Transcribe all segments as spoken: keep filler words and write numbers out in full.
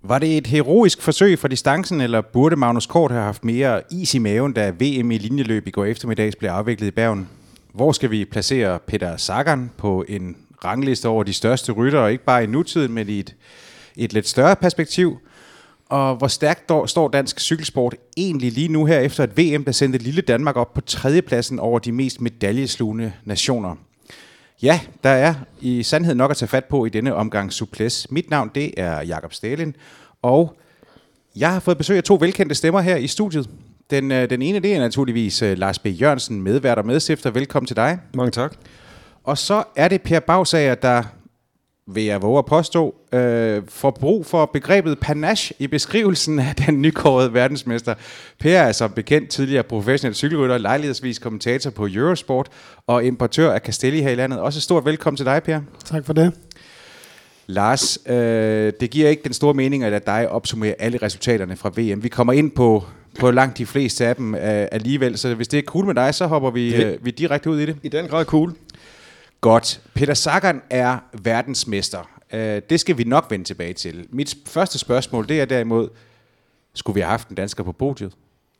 Var det et heroisk forsøg for distancen, eller burde Magnus Kort have haft mere is i maven, da V M i linjeløb i går eftermiddags blev afviklet i Bergen? Hvor skal vi placere Peter Sagan på en rangliste over de største ryttere, ikke bare i nutiden, men i et, et lidt større perspektiv? Og hvor stærkt står dansk cykelsport egentlig lige nu her, efter et V M, der sendte lille Danmark op på tredjepladsen over de mest medaljeslugende nationer? Ja, der er i sandhed nok at tage fat på i denne omgang Suples. Mit navn, det er Jakob Stalin, og jeg har fået besøg af to velkendte stemmer her i studiet. Den, den ene, det er naturligvis Lars B. Jørgensen, medvært og medstifter. Velkommen til dig. Mange tak. Og så er det Per Bagsager, der, vil jeg våge at påstå, øh, får brug for begrebet panache i beskrivelsen af den nykårede verdensmester. Per er som bekendt tidligere professionel cykelrytter, lejlighedsvis kommentator på Eurosport og importør af Castelli her i landet. Også stort velkommen til dig, Per. Tak for det. Lars, øh, det giver ikke den store mening at lade dig opsummere alle resultaterne fra V M. Vi kommer ind på, på langt de fleste af dem øh, alligevel, så hvis det er cool med dig, så hopper vi, øh, vi direkte ud i det. I den grad cool. Godt. Peter Sagan er verdensmester. Uh, det skal vi nok vende tilbage til. Mit første spørgsmål, det er derimod, skulle vi have haft en dansker på podiet?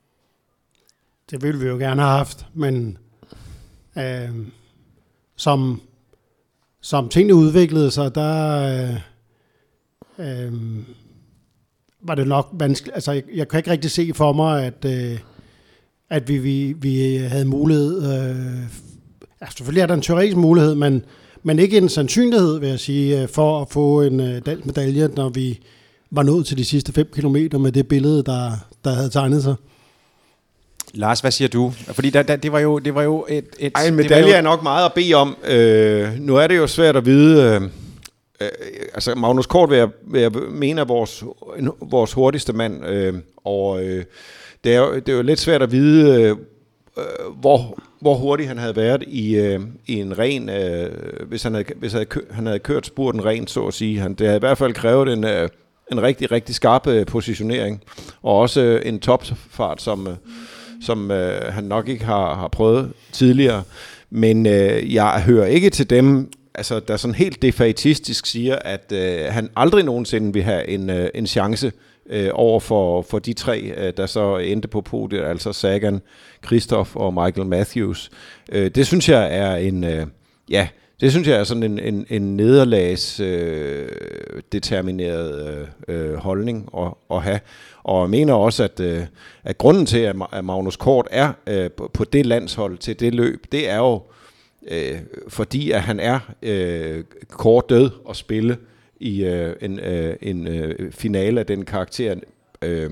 Det ville vi jo gerne have haft, men øh, som, som tingene udviklede sig, der øh, øh, var det nok vanskeligt. Altså, jeg, jeg kan ikke rigtig se for mig, at, øh, at vi, vi, vi havde mulighed. Øh, altså, selvfølgelig er der en teoretisk mulighed, men, men ikke en sandsynlighed, vil jeg sige, for at få en øh, dansk medalje, når vi var nået til de sidste fem kilometer med det billede, der, der havde tegnet sig. Lars, hvad siger du? Fordi der, der, det var jo, det var jo et... et Ej, en medalje jo... er nok meget at bede om. Øh, nu er det jo svært at vide... Øh, øh, altså, Magnus Kort vil jeg, vil jeg mene er vores, vores hurtigste mand. Øh, og øh, det, er jo, det er jo lidt svært at vide, øh, hvor, hvor hurtigt han havde været i, øh, i en ren... Øh, hvis han havde, hvis havde kø, han havde kørt spurten rent, så at sige. Han, det havde i hvert fald krævet en... Øh, en rigtig, rigtig skarp øh, positionering. Og også øh, en topfart, som... Øh, som øh, han nok ikke har, har prøvet tidligere. Men øh, jeg hører ikke til dem, altså, der sådan helt defaitistisk siger, at øh, han aldrig nogensinde vil have en, øh, en chance øh, over for, for de tre, øh, der så endte på podiet, altså Sagan, Kristoff og Michael Matthews. Øh, det synes jeg er en... Øh, ja, det synes jeg er sådan en, en, en nederlags øh, determineret øh, holdning at, at have. Og jeg mener også, at, øh, at grunden til, at Magnus Kort er øh, på det landshold til det løb, det er jo øh, fordi, at han er øh, kort død at spille i øh, en, øh, en øh, finale af den karakter. Øh,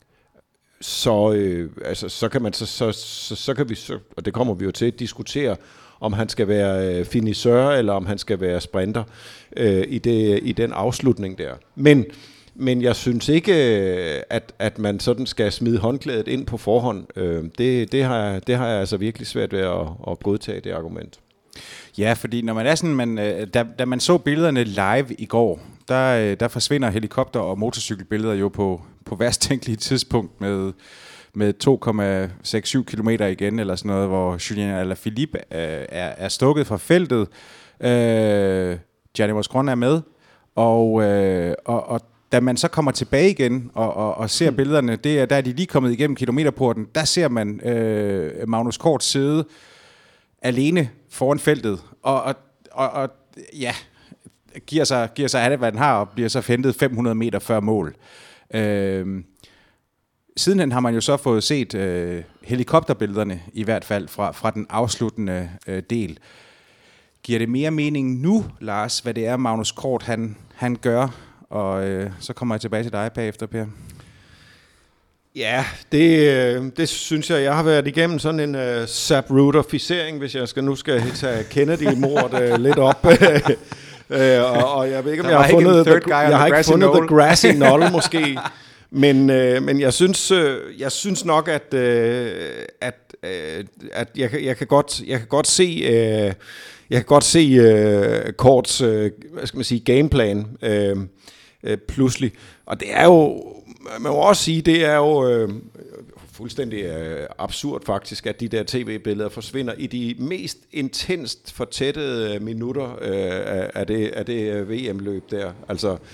så, øh, altså, så kan man så, så, så, så kan vi så, og det kommer vi jo til at diskutere, om han skal være øh, finisseur eller om han skal være sprinter øh, i det i den afslutning der. Men Men jeg synes ikke, at, at man sådan skal smide håndklædet ind på forhånd. Det, det, har, jeg, det har jeg altså virkelig svært ved at, at godtage, det argument. Ja, fordi når man er sådan, man, da, da man så billederne live i går, der, der forsvinder helikopter- og motorcykelbilleder jo på, på værst tænkelige tidspunkt med, med to komma seks syv kilometer igen, eller sådan noget, hvor Julien Alaphilippe er, er, er stukket fra feltet. Øh, Gianni Moscon er med, og, øh, og, og da man så kommer tilbage igen og, og, og ser billederne, det er, der er de lige kommet igennem kilometerporten, der ser man øh, Magnus Kort sidde alene foran feltet, og, og, og, og ja, giver sig, giver sig af det, hvad den har, og bliver så hentet fem hundrede meter før mål. Øh, sidenhen har man jo så fået set øh, helikopterbillederne, i hvert fald fra, fra den afsluttende øh, del. Giver det mere mening nu, Lars, hvad det er, Magnus Kort han, han gør? Og øh, så kommer jeg tilbage til dig bagefter, Per. Ja, det, det synes jeg, jeg har været igennem sådan en uh, Zapruder-ficering, hvis jeg skal, nu skal tage Kennedy-mordet uh, lidt op. uh, og, og jeg ved ikke, om jeg har fundet, the, jeg har ikke fundet the grassy knoll måske. Men, øh, men jeg synes, øh, jeg synes nok, at, øh, at, øh, at jeg, jeg kan godt, jeg kan godt se, øh, jeg kan godt se øh, Korts, øh, hvad skal man sige, gameplan øh, øh, pludselig. Og det er jo, man må også sige, det er jo øh, fuldstændig øh, absurd faktisk, at de der tv-billeder forsvinder i de mest intenst fortættede minutter øh, af det, af det V M-løb der. Altså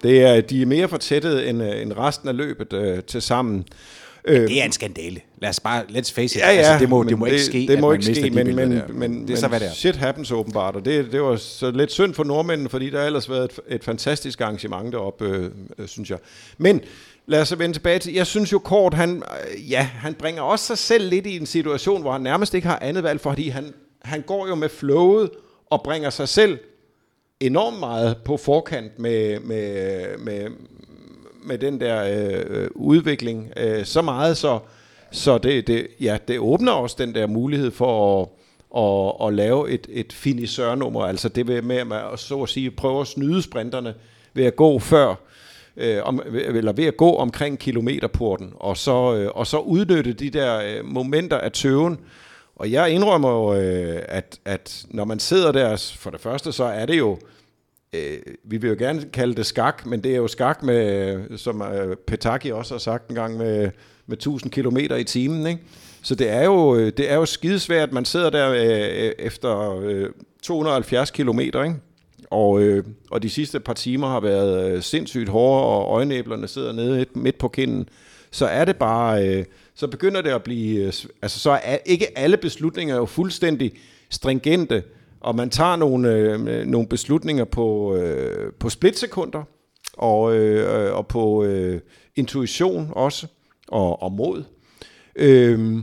Det er, de er mere fortættet end, end resten af løbet øh, til sammen. Det er en skandale. Lad os bare, let's face it. Ja, ja, altså, det må, det må ikke ske, det, det må at ikke man ske, mister de men, men, der. men, det er så, hvad det er. Shit happens åbenbart, og det, det var så lidt synd for nordmændene, fordi der har ellers været et, et fantastisk arrangement deroppe, øh, øh, synes jeg. Men lad os vende tilbage til, jeg synes jo Kort, han, øh, ja, han bringer også sig selv lidt i en situation, hvor han nærmest ikke har andet valg, fordi han, han går jo med flowet og bringer sig selv enormt meget på forkant med, med, med, med den der øh, udvikling. Øh, så meget, så, så det, det, ja, det åbner også den der mulighed for at, at, at lave et, et finissørnummer. Altså det med at, så at sige, prøve at snyde sprinterne ved at gå før, øh, om, eller ved at gå omkring kilometerporten, og så, øh, og så udnytte de der øh, momenter af tøven. Og jeg indrømmer jo, øh, at, at når man sidder der, for det første, så er det jo, øh, vi vil jo gerne kalde det skak, men det er jo skak med, som øh, Petaki også har sagt en gang, med, med tusind kilometer i timen, ikke? Så det er jo, det er jo skidesvært, man sidder der øh, efter øh, to hundrede og halvfjerds kilometer, ikke? Og, øh, og de sidste par timer har været øh, sindssygt hårde, og øjenæblerne sidder nede midt på kinden. Så er det bare, øh, så begynder det at blive, øh, altså så er ikke alle beslutninger jo fuldstændig stringente, og man tager nogle, øh, nogle beslutninger på, øh, på splitsekunder, og, øh, og på øh, intuition også, og, og mod. Øh,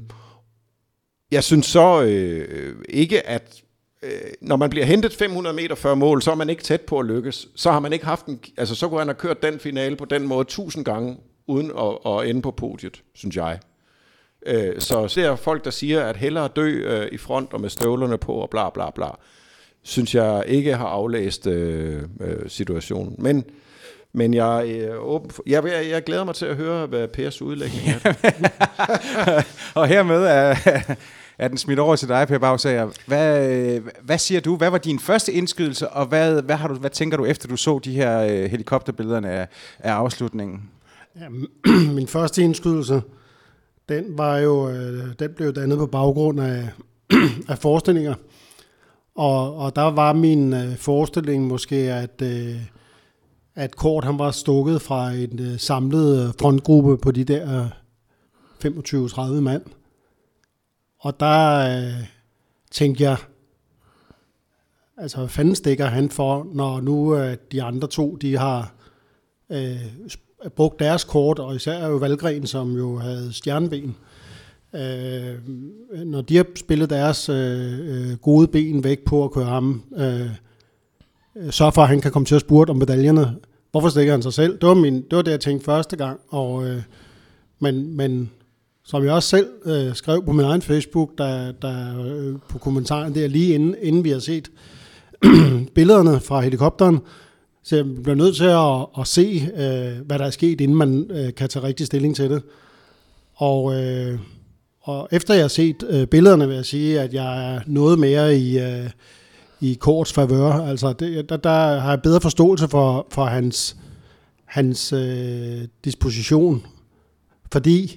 jeg synes så øh, ikke, at øh, når man bliver hentet fem hundrede meter før mål, så er man ikke tæt på at lykkes. Så har man ikke haft en, altså så kunne han have kørt den finale på den måde tusind gange, uden at, at ende på podiet, synes jeg. Øh, så ser folk, der siger, at hellere dø øh, i front og med støvlerne på og bla bla bla, synes jeg ikke har aflæst øh, øh, situationen. Men Men jeg er åben for, jeg, jeg, jeg glæder mig til at høre, hvad Pers udlægning er. Og hermed er, er den smidt over til dig, Per Bagsager. Hvad, hvad siger du? Hvad var din første indskydelse, og hvad, hvad, har du, hvad tænker du, efter du så de her øh, helikopterbillederne af, af afslutningen? Ja, min første indskydelse, den var jo, øh, den blev dannet på baggrund af, af forestillinger. Og, og der var min øh, forestilling måske, at øh, at Kort han var stukket fra en øh, samlet frontgruppe på de der femogtyve til tredive mand. Og der øh, tænkte jeg, altså hvad fanden stikker han for, når nu øh, de andre to, de har øh, brugt deres kort, og især jo Valgren, som jo havde stjerneben. Øh, når de har spillet deres øh, gode ben væk på at køre ham, øh, så for at han kan komme til at spurte om medaljerne. Hvorfor stikker han sig selv? Det var, min, det, var det, jeg tænkte første gang. Og, øh, men, men som jeg også selv øh, skrev på min egen Facebook, der, der, øh, på kommentaren der lige inden, inden vi har set billederne fra helikopteren, så jeg bliver nødt til at, at se, øh, hvad der er sket, inden man øh, kan tage rigtig stilling til det. Og, øh, og efter jeg har set øh, billederne, vil jeg sige, at jeg er noget mere i... Øh, i Korts favør. Altså, det, der, der har jeg bedre forståelse for, for hans, hans øh, disposition, fordi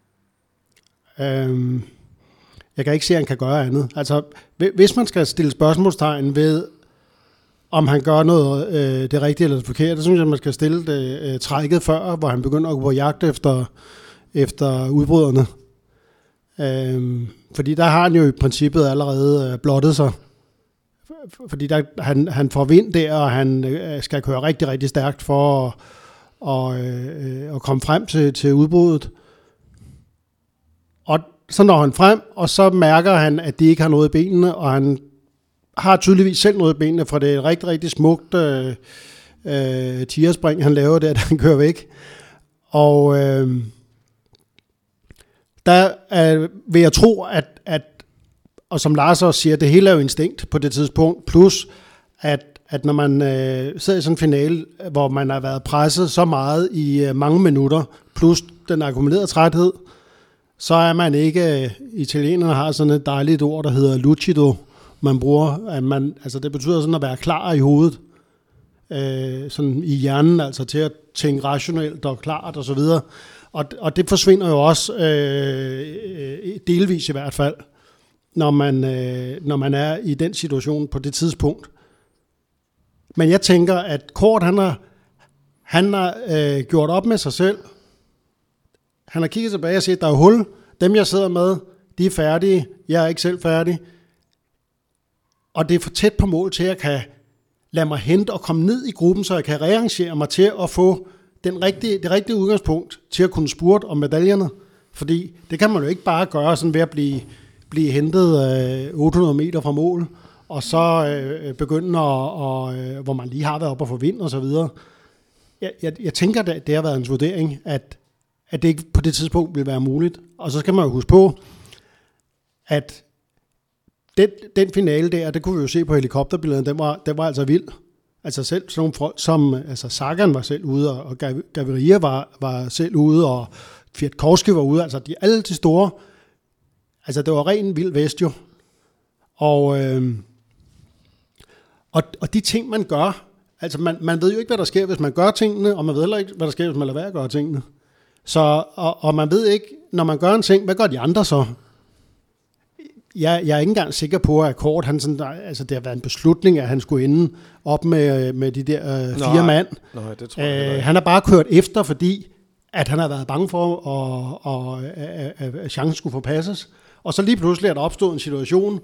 øh, jeg kan ikke se, at han kan gøre andet. Altså, hvis man skal stille spørgsmålstegn ved, om han gør noget øh, det rigtige eller det forkerte, så synes jeg, at man skal stille det øh, trækket før, hvor han begynder at gå på jagt efter, efter udbryderne. Øh, fordi der har han jo i princippet allerede øh, blottet sig. Fordi der, han, han får vind der, og han øh, skal køre rigtig, rigtig stærkt for at, og, øh, at komme frem til, til udbruddet. Og så når han frem, og så mærker han, at de ikke har noget i benene, og han har tydeligvis selv noget i benene, for det er et rigtig, rigtig smukt øh, øh, tierspring, han laver der, da han kører væk. Og øh, der øh, vil jeg tro, at, at og som Lars også siger, det hele er jo instinkt på det tidspunkt, plus at, at når man øh, sidder i sådan en finale, hvor man har været presset så meget i øh, mange minutter, plus den akkumulerede træthed, så er man ikke, øh, italienerne har sådan et dejligt ord, der hedder lucido, man bruger, at man, altså det betyder sådan at være klar i hovedet, øh, sådan i hjernen, altså til at tænke rationelt og klart og så videre, og, og det forsvinder jo også, øh, delvis i hvert fald, når man, øh, når man er i den situation på det tidspunkt. Men jeg tænker, at Kort, han har, Han har øh, gjort op med sig selv. Han har kigget tilbage og set, der er hul. Dem, jeg sidder med, de er færdige. Jeg er ikke selv færdig. Og det er for tæt på mål til, at jeg kan lade mig hente og komme ned i gruppen, så jeg kan rearrangere mig til at få den rigtige, det rigtige udgangspunkt til at kunne spurte om medaljerne. Fordi det kan man jo ikke bare gøre sådan ved at blive, blive hentet øh, otte hundrede meter fra mål, og så øh, begynde, at, og, øh, hvor man lige har været oppe og få vind og så videre. Jeg, jeg, jeg tænker, at det har været en vurdering, at, at det ikke på det tidspunkt vil være muligt. Og så skal man jo huske på, at den, den finale der, det kunne vi jo se på helikopterbillederne, den var, den var altså vild. Altså selv sådan nogle folk som, altså Sagan var selv ude, og Gaviria var, var selv ude, og Kwiatkowski var ude, altså de alle de store, altså det var ren vild vest jo. Og, øh, og, og de ting, man gør, altså man, man ved jo ikke, hvad der sker, hvis man gør tingene, og man ved heller ikke, hvad der sker, hvis man lader være at gøre tingene. Så, og, og man ved ikke, når man gør en ting, hvad gør de andre så? Jeg, jeg er ikke engang sikker på, at Kort, han sådan, altså det har været en beslutning, at han skulle ende op med, med de der øh, fire nej, mand. Nej, det tror jeg øh, han har bare kørt efter, fordi at han har været bange for, at, og, at, at chancen skulle forpasses. Og så lige pludselig er der opstået en situation,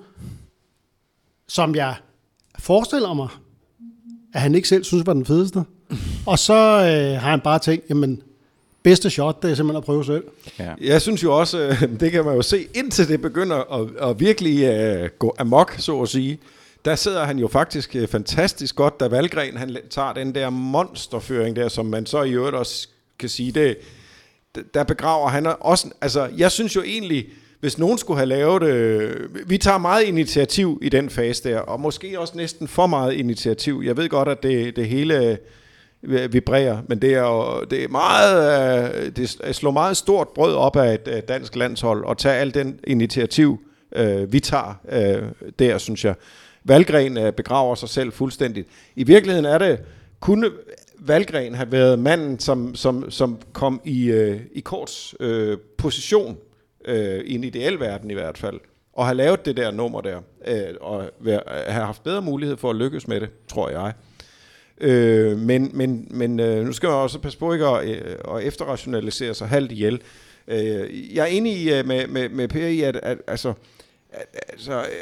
som jeg forestiller mig, at han ikke selv synes var den fedeste. Og så øh, har han bare tænkt, jamen, bedste shot, det er simpelthen at prøve selv. Ja. Jeg synes jo også, det kan man jo se, indtil det begynder at, at virkelig uh, gå amok, så at sige. Der sidder han jo faktisk fantastisk godt, da Valgren han tager den der monsterføring der, som man så i øvrigt også kan sige, det, der begraver han også. Altså, jeg synes jo egentlig, hvis nogen skulle have lavet det, vi tager meget initiativ i den fase der, og måske også næsten for meget initiativ. Jeg ved godt, at det, det hele vibrerer, men det er jo det er meget, det slår meget stort brød op af et dansk landshold, og tage al den initiativ, vi tager der, synes jeg. Valgren begraver sig selv fuldstændigt. I virkeligheden er det, kunne Valgren have været manden, som, som, som kom i, i Korts øh, position, øh, i en ideel verden i hvert fald, og have lavet det der nummer der, øh, og være, have haft bedre mulighed for at lykkes med det, tror jeg. Øh, men men, men øh, nu skal man også passe på ikke at, øh, at efterrationalisere sig halvt ihjel. Øh, jeg er enig i, med, med, med Per i, at, at altså, at, altså øh,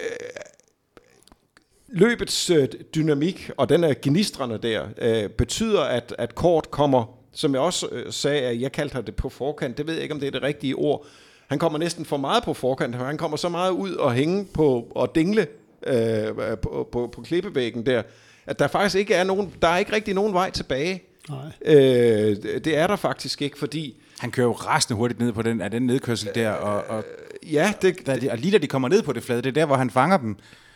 løbets øh, dynamik, og den er gnistrende der, øh, betyder, at, at Kort kommer, som jeg også øh, sagde, at jeg kaldte det på forkant, det ved jeg ikke, om det er det rigtige ord. Han kommer næsten for meget på forkant, han kommer så meget ud og hænge på, og dingle øh, på, på, på klippevæggen der, at der faktisk ikke er nogen, der er ikke rigtig nogen vej tilbage. Nej. Øh, det er der faktisk ikke, fordi han kører jo rasende hurtigt ned på den, af den nedkørsel der, og, og, ja, det, der, og lige da de kommer ned på det flade, det er der, hvor han fanger dem.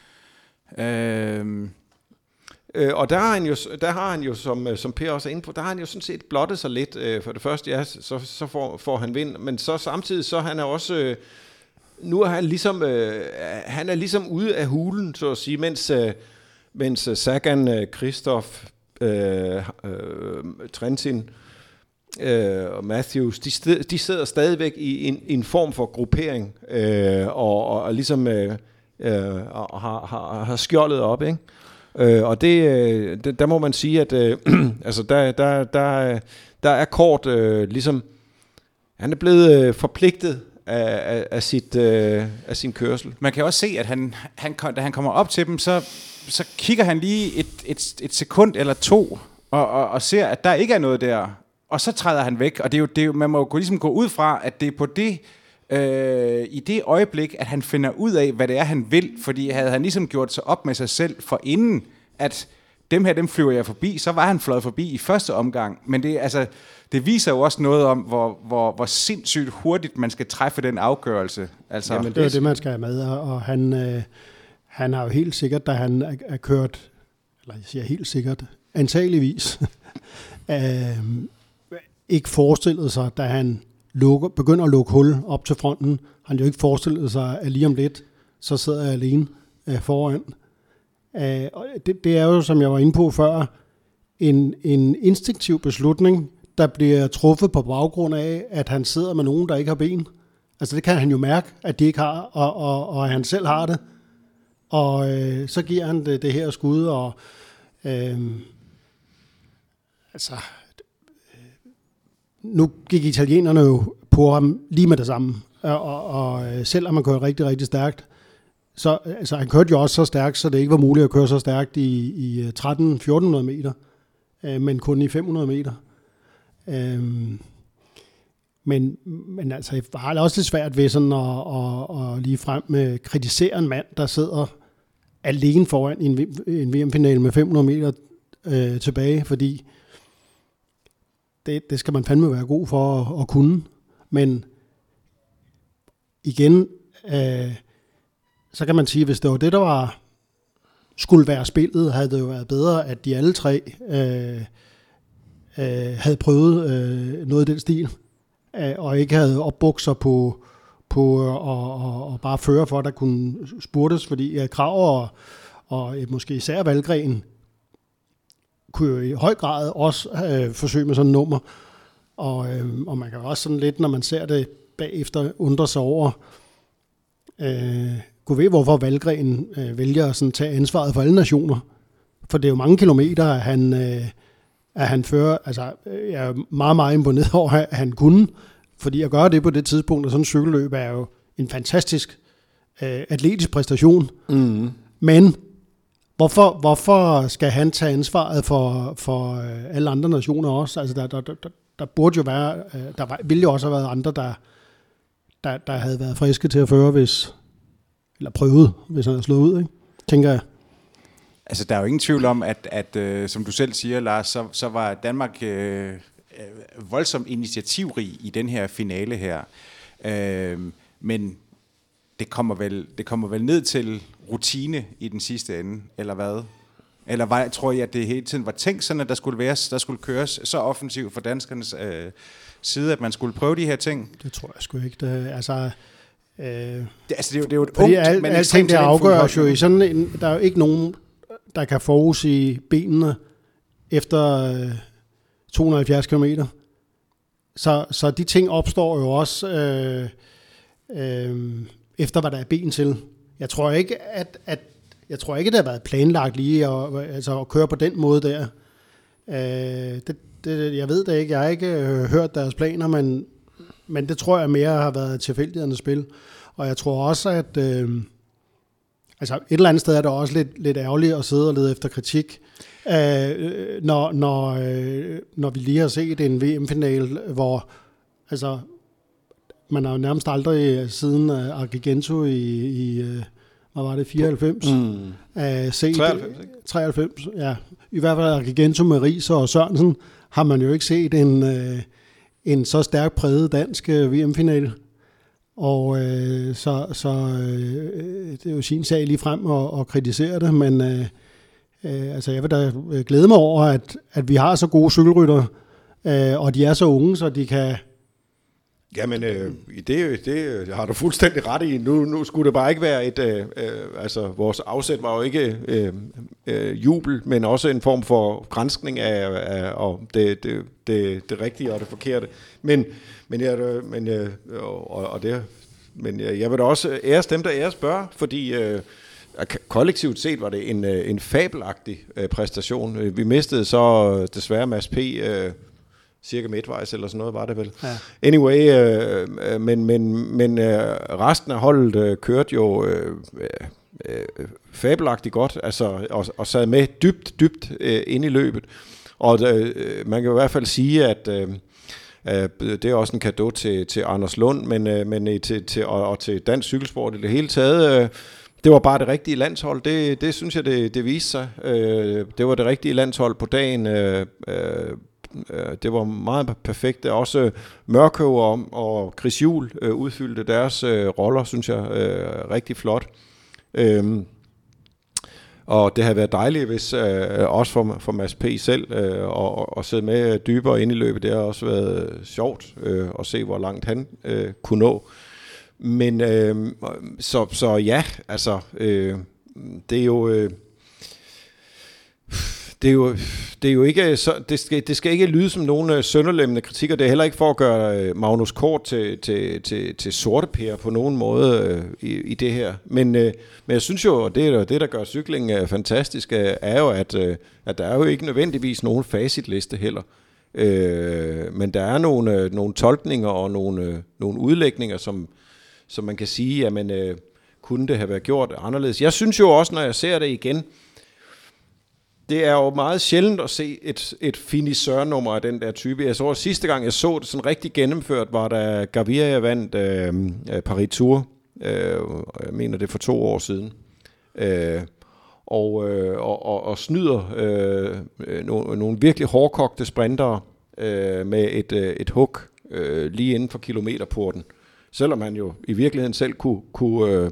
Øh, øh, og der har han jo, der har han jo som, som Per også er inde på, der har han jo sådan set blottet sig lidt. Øh, for det første, ja, så, så får, får han vind, men så samtidig, så han er også, øh, nu er han ligesom, øh, han er ligesom ude af hulen, så at sige, mens, øh, mens Sagan, øh, Kristoff, øh, øh, Trentin øh, og Matthews, de, sted, de sidder stadigvæk i en, i en form for gruppering, øh, og, og, og ligesom øh, øh, og har, har, har skjoldet op, ikke? Øh, og det, øh, det, der må man sige, at øh, altså der, der, der, der er Kort øh, ligesom, han er blevet øh, forpligtet af, af, af, sit, øh, af sin kørsel. Man kan også se, at han, han, da han kommer op til dem, så, så kigger han lige et, et, et sekund eller to, og, og, og ser, at der ikke er noget der. Og så træder han væk, og det er jo, det er jo, man må jo ligesom gå ud fra, at det er på det, øh, i det øjeblik, at han finder ud af, hvad det er, han vil. Fordi havde han ligesom gjort sig op med sig selv for inden, at dem her, dem flyver jeg forbi, så var han fløjet forbi i første omgang. Men det, altså, det viser jo også noget om, hvor, hvor, hvor sindssygt hurtigt man skal træffe den afgørelse. Altså, Jamen, det er det, man skal have med, og han, øh, han har jo helt sikkert, da han er, er kørt, eller jeg siger helt sikkert, antageligvis, øh, ikke forestillet sig, da han lukker, begynder at lukke hul op til fronten, han jo ikke forestillet sig, at lige om lidt, så sidder jeg alene øh, foran. Øh, det, det er jo, som jeg var inde på før, en, en instinktiv beslutning, der bliver truffet på baggrund af, at han sidder med nogen, der ikke har ben. Altså det kan han jo mærke, at de ikke har, og, og, og han selv har det. Og øh, så giver han det, det her skud, og øh, altså, nu gik italienerne jo på ham lige med det samme, og, og, og selvom man kører rigtig, rigtig stærkt, så altså, han kørte jo også så stærkt, så det ikke var muligt at køre så stærkt i, i tretten til fjorten hundrede meter, øh, men kun i fem hundrede meter. Øhm, men, men altså, jeg har også lidt svært ved sådan at, at, at lige frem med kritisere en mand, der sidder alene foran en, en V M-finale med fem hundrede meter øh, tilbage, fordi det, det skal man fandme være god for at, at kunne. Men igen, øh, så kan man sige, hvis det var det, der var, skulle være spillet, havde det jo været bedre, at de alle tre øh, øh, havde prøvet øh, noget i den stil, øh, og ikke havde opbrugt sig på, på øh, og, og, og bare føre for, at der kunne spurtes, fordi øh, Krav og, og øh, måske især Valgren kunne jo i høj grad også øh, forsøge med sådan et nummer, og, øh, og man kan også sådan lidt, når man ser det bagefter, undre sig over, øh, kunne ved, hvorfor Valgren øh, vælger at sådan tage ansvaret for alle nationer. For det er jo mange kilometer, at han, øh, at han fører. Altså, jeg er meget, meget imponeret over, at han kunne. Fordi at gøre det på det tidspunkt, og sådan en cykelløb er jo en fantastisk øh, atletisk præstation. Mm. Men hvorfor, hvorfor skal han tage ansvaret for, for øh, alle andre nationer også? Altså, der, der, der, der burde jo være, øh, der var, ville jo også have været andre, der, der, der havde været friske til at føre, hvis eller prøvet, hvis han havde slået ud, ikke? Tænker jeg. Altså, der er jo ingen tvivl om, at, at øh, som du selv siger, Lars, så, så var Danmark øh, voldsomt initiativrig i den her finale her. Øh, men det kommer, vel, det kommer vel ned til rutine i den sidste ende, eller hvad? Eller var, tror jeg, at det hele tiden var tænkt sådan, at der skulle, være, der skulle køres så offensivt fra danskernes øh, side, at man skulle prøve de her ting? Det tror jeg sgu ikke. Det, altså... Øh, det, altså, det, er jo, det er jo et fordi ungt, al, men alting der afgøres jo i sådan en, der er jo ikke nogen, der kan forudsige benene efter øh, to hundrede og halvfjerds kilometer. Så, så de ting opstår jo også øh, øh, efter, hvad der er ben til. Jeg tror ikke, at, at jeg tror ikke, det har været planlagt lige at, altså at køre på den måde der. Øh, det, det, jeg ved det ikke. Jeg har ikke øh, hørt deres planer, men Men det tror jeg mere har været tilfældighedernes spil. Og jeg tror også, at øh, altså et eller andet sted er det også lidt, lidt ærgerligt at sidde og lede efter kritik, øh, når, når, øh, når vi lige har set en V M-finale, hvor altså, man har jo nærmest aldrig siden Agrigento i, i hvad var det, fireoghalvfems? Mm. Uh, set, treoghalvfems, ikke? treoghalvfems, ja. I hvert fald Agrigento med Riis og Sørensen har man jo ikke set en... Øh, en så stærkt præget dansk øh, V M-finale. Og øh, så, så øh, det er jo sin sag lige frem at, at kritisere det, men øh, øh, altså jeg vil da glæde mig over, at, at vi har så gode cykelryttere, øh, og de er så unge, så de kan... Jamen, øh, det, det har du fuldstændig ret i. Nu, nu skulle det bare ikke være et... Øh, øh, altså, vores afsæt var jo ikke øh, øh, jubel, men også en form for granskning af, af og det, det, det, det rigtige og det forkerte. Men, men, jeg, men, øh, og, og det, men jeg vil da også æres dem, der æres bør, fordi... Øh, kollektivt set var det en, en fabelagtig øh, præstation. Vi mistede så desværre Mads P., øh, cirka midtvejs eller sådan noget var det vel. Ja. Anyway, øh, øh, men, men, men øh, resten af holdet øh, kørte jo øh, øh, fabelagtigt godt, altså, og, og sad med dybt, dybt øh, ind i løbet. Og øh, man kan i hvert fald sige, at øh, øh, det er også en cadeau til, til Anders Lund, men, øh, men til, til, og, og til dansk cykelsport i det hele taget. Øh, det var bare det rigtige landshold, det, det synes jeg, det, det viste sig. Øh, det var det rigtige landshold på dagen. Øh, øh, Det var meget perfekt. Også Mørkøv og, og Chris Juhl øh, udfyldte deres øh, roller, synes jeg, øh, rigtig flot. Øhm, og det havde været dejligt, hvis øh, også for, for Mads P. selv øh, og, og sidde med dybere ind i løbet. Det har også været sjovt øh, at se, hvor langt han øh, kunne nå. Men øh, så, så ja, altså øh, det er jo... Øh, Det er, jo, det er jo ikke så, det skal, det skal ikke lyde som nogen sønderlemmende kritikker. Det er heller ikke for at gøre Magnus Kort til, til, til, til sorteper på nogen måde øh, i, i det her. Men, øh, men jeg synes jo, og det er det, der gør cykling øh, fantastisk, øh, er jo, at, øh, at der er jo ikke nødvendigvis nogen facitliste heller. Øh, men der er nogle, øh, nogle tolkninger og nogle, øh, nogle udlægninger, som, som man kan sige, jamen, øh, kunne det have været gjort anderledes. Jeg synes jo også, når jeg ser det igen, det er jo meget sjældent at se et, et finisseur-nummer af den der type. Jeg så sidste gang, jeg så det sådan rigtig gennemført, var da Gaviria vandt øh, Paris Tour. Øh, jeg mener det for to år siden. Øh, og, øh, og, og, og snyder øh, nogle, nogle virkelig hårdkogte sprintere øh, med et, øh, et hug øh, lige inden for kilometerporten. Selvom han jo i virkeligheden selv kunne, kunne, øh,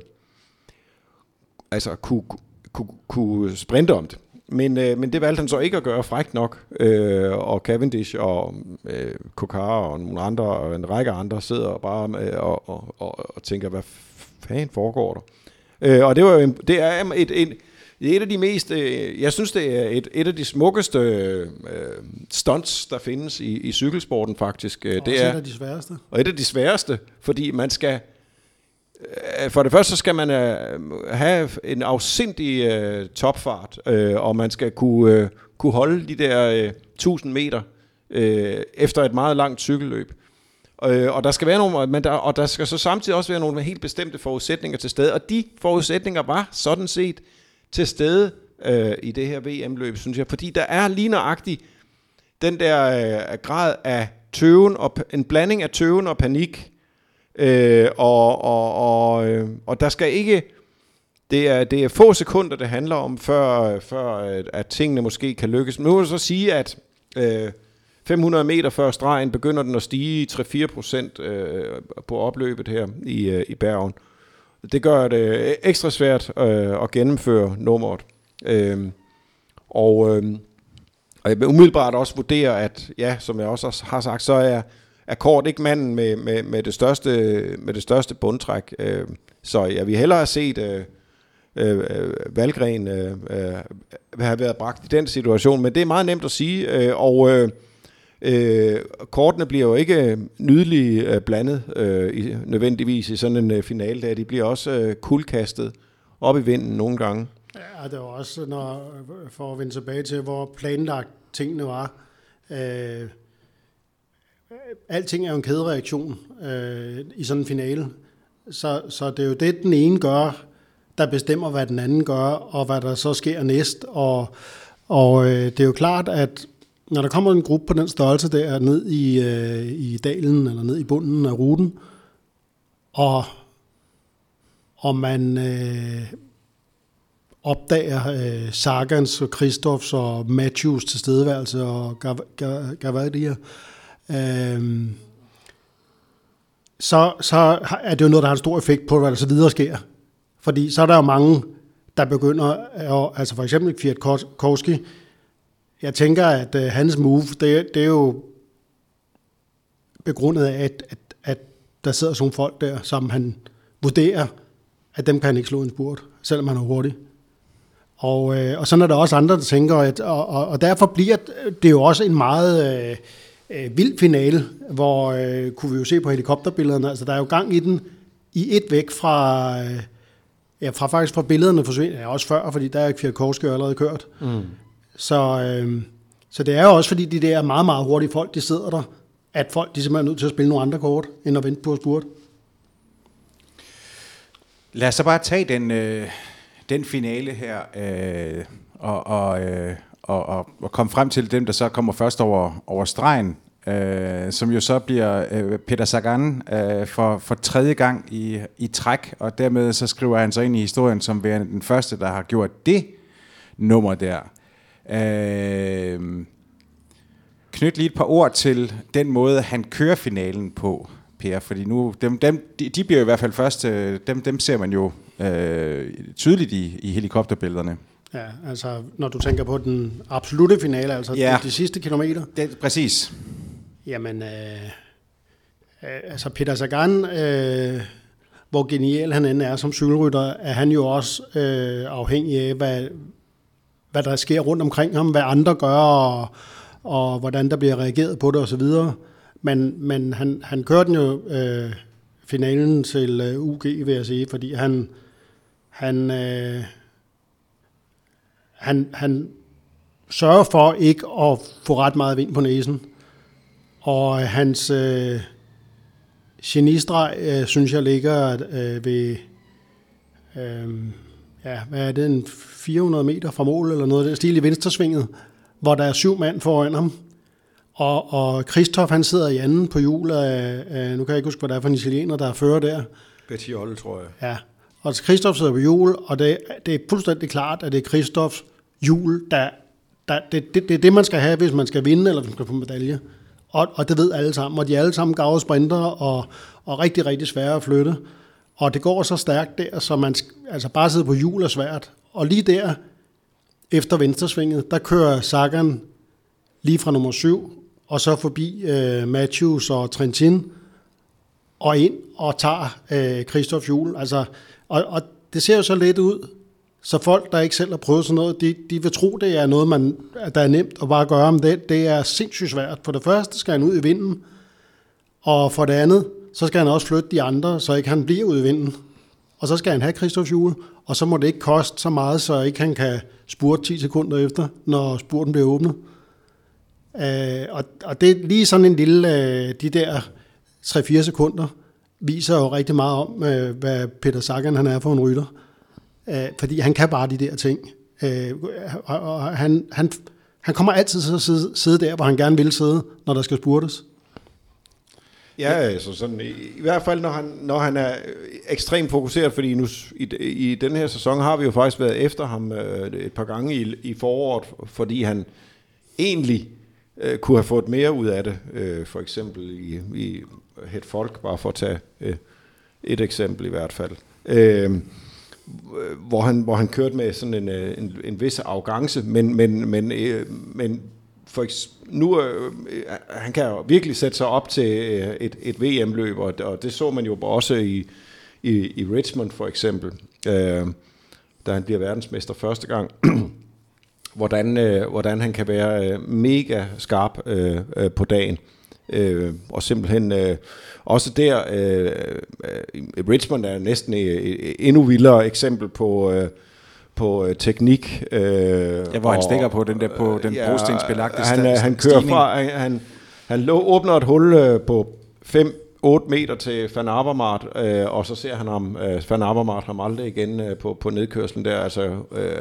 altså kunne, kunne, kunne sprinte om det. Men, øh, men det valgte han så ikke at gøre frækt nok, øh, og Cavendish og øh, Kokar og nogle andre, og en række andre sidder bare med og, og, og, og tænker, hvad fanden foregår der? Øh, og det, var jo en, det er et, et, et af de mest, øh, jeg synes det er et, et af de smukkeste øh, stunts, der findes i, i cykelsporten faktisk. Og det er et af de sværeste. Og et af de sværeste, fordi man skal, for det første så skal man have en afsindig uh, topfart, uh, og man skal kunne, uh, kunne holde de der uh, tusind meter uh, efter et meget langt cykelløb. Uh, og der skal være nogle, men der, og der skal så samtidig også være nogle helt bestemte forudsætninger til stede, og de forudsætninger var sådan set til stede uh, i det her V M-løb, synes jeg, fordi der er lige nøjagtigt den der uh, grad af tøven, og en blanding af tøven og panik. Øh, og, og, og, øh, og der skal ikke, det er, det er få sekunder det handler om, før, før at, at tingene måske kan lykkes. Nu vil jeg så sige, at øh, fem hundrede meter før stregen begynder den at stige tre til fire procent øh, på opløbet her i, øh, i Bergen. Det gør det ekstra svært øh, at gennemføre nummeret. Øh, og, øh, og jeg vil umiddelbart også vurdere, at ja, som jeg også har sagt, så er er Kort ikke manden med, med, med, det største, med det største bundtræk. Øh, så jeg vil hellere have set øh, øh, Valgren øh, øh, have været bragt i den situation, men det er meget nemt at sige, øh, og øh, øh, kortene bliver jo ikke nydeligt øh, blandet øh, i, nødvendigvis i sådan en øh, finale der. De bliver også øh, kuldkastet op i vinden nogle gange. Ja, det var også, når, for at vende tilbage til, hvor planlagt tingene var. Øh, Alting er jo en kædereaktion øh, i sådan en finale. Så, så det er jo det, den ene gør, der bestemmer, hvad den anden gør, og hvad der så sker næst. Og, og øh, det er jo klart, at når der kommer en gruppe på den størrelse der ned i, øh, i dalen, eller ned i bunden af ruten, og, og man øh, opdager øh, Sagans og Kristoffs og Matthews tilstedeværelse og Gaviria, Øhm, så, så er det jo noget, der har en stor effekt på, hvad der så videre sker. Fordi så er der jo mange, der begynder, at, altså for eksempel Kwiatkowski, jeg tænker, at uh, hans move, det, det er jo begrundet af, at, at, at der sidder sådan folk der, som han vurderer, at dem kan han ikke slå en spurt, selvom han er hurtig. Og, øh, og sådan er der også andre, der tænker, at, og, og, og derfor bliver det jo også en meget øh, øh, vild finale, hvor øh, kunne vi jo se på helikopterbillederne, altså der er jo gang i den i et væk fra, øh, ja, fra faktisk fra billederne forsvinder, ja, også før, fordi der er Kwiatkowski allerede kørt. Mm. Så, øh, så det er jo også fordi de der meget, meget hurtige folk, de sidder der, at folk de er simpelthen nødt til at spille nogle andre kort, end at vente på at spurte. Lad os så bare tage den, øh, den finale her, øh, og, og, øh, og, og, og komme frem til dem, der så kommer først over, over stregen, øh, som jo så bliver øh, Peter Sagan øh, for, for tredje gang i, i træk, og dermed så skriver han sig ind i historien som værende den første, der har gjort det nummer der. Øh, knyt lige et par ord til den måde, han kører finalen på, Per, fordi nu, dem, dem, de, de bliver i hvert fald først, dem, dem ser man jo øh, tydeligt i, i helikopterbillederne. Ja, altså når du tænker på den absolute finale, altså ja. de, de sidste kilometer. Det, præcis. Jamen, øh, øh, altså Peter Sagan, øh, hvor genial han end er som cykelrytter, er han jo også øh, afhængig af, hvad, hvad der sker rundt omkring ham, hvad andre gør, og, og hvordan der bliver reageret på det osv. Men, men han, han kørte den jo øh, finalen til øh, U G, vil jeg sige, fordi han han, øh, han han sørger for ikke at få ret meget vind på næsen. Og hans øh, genistreg, øh, synes jeg, ligger øh, ved, øh, ja, hvad er det, en fire hundrede meter fra mål, eller noget af den stil i venstresvinget, hvor der er syv mand foran ham. Og, og Christoph, han sidder i anden på hjul af, af, nu kan jeg ikke huske, hvad der er for en italiener, der er fører der. Bettiol, tror jeg. Ja, og Christoph sidder på hjul, og det, det er fuldstændig klart, at det er Christophs hjul, der, der det, det, det er det, man skal have, hvis man skal vinde, eller hvis man skal få medalje. Og, og det ved alle sammen, og de er alle sammen gave sprinter, og, og rigtig, rigtig svære at flytte. Og det går så stærkt der, så man altså bare sidder på hjul er svært. Og lige der, efter venstresvinget, der kører Sagan lige fra nummer syv, og så forbi øh, Matthews og Trentin, og ind og tager øh, Christoph Juhl. Altså, og, og det ser jo så let ud, så folk, der ikke selv har prøvet sådan noget, de, de vil tro, det er noget, man, der er nemt at bare gøre, men det, det er sindssygt svært. For det første skal han ud i vinden, og for det andet, så skal han også flytte de andre, så ikke han bliver ude i vinden. Og så skal han have Christoph Juhl, og så må det ikke koste så meget, så ikke han kan spurte ti sekunder efter, når spurten bliver åbnet. Uh, og, og det er lige sådan en lille, uh, de der tre fire sekunder, viser jo rigtig meget om, uh, hvad Peter Sagan han er for en rytter. Uh, fordi han kan bare de der ting. Uh, og, og han, han, han kommer altid til at sidde, sidde der, hvor han gerne vil sidde, når der skal spurtes. Ja, altså sådan, i, i hvert fald når han, når han er ekstremt fokuseret, fordi nu i, i den her sæson har vi jo faktisk været efter ham øh, et par gange i, i foråret, fordi han egentlig øh, kunne have fået mere ud af det, øh, for eksempel i, i Het Folk, bare for at tage øh, et eksempel i hvert fald, øh, hvor, han, hvor han kørte med sådan en, en, en vis arrogance, men, men, men, øh, men for nu øh, han kan jo virkelig sætte sig op til øh, et, et V M-løb, og, og det så man jo også i, i, i Richmond for eksempel, øh, da han bliver verdensmester første gang, hvordan, øh, hvordan han kan være øh, mega skarp øh, øh, på dagen, øh, og simpelthen øh, også der, øh, øh, Richmond er næsten et endnu vildere eksempel på øh, på øh, teknik. Øh, ja, hvor og, han stikker på den der på den ja, brostensbelagte han, han, han kører fra, han, han, han lå, åbner et hul øh, på fem otte meter til Van Avermaet, øh, og så ser han ham, øh, Van Avermaet ham aldrig igen øh, på, på nedkørslen der. Altså, øh,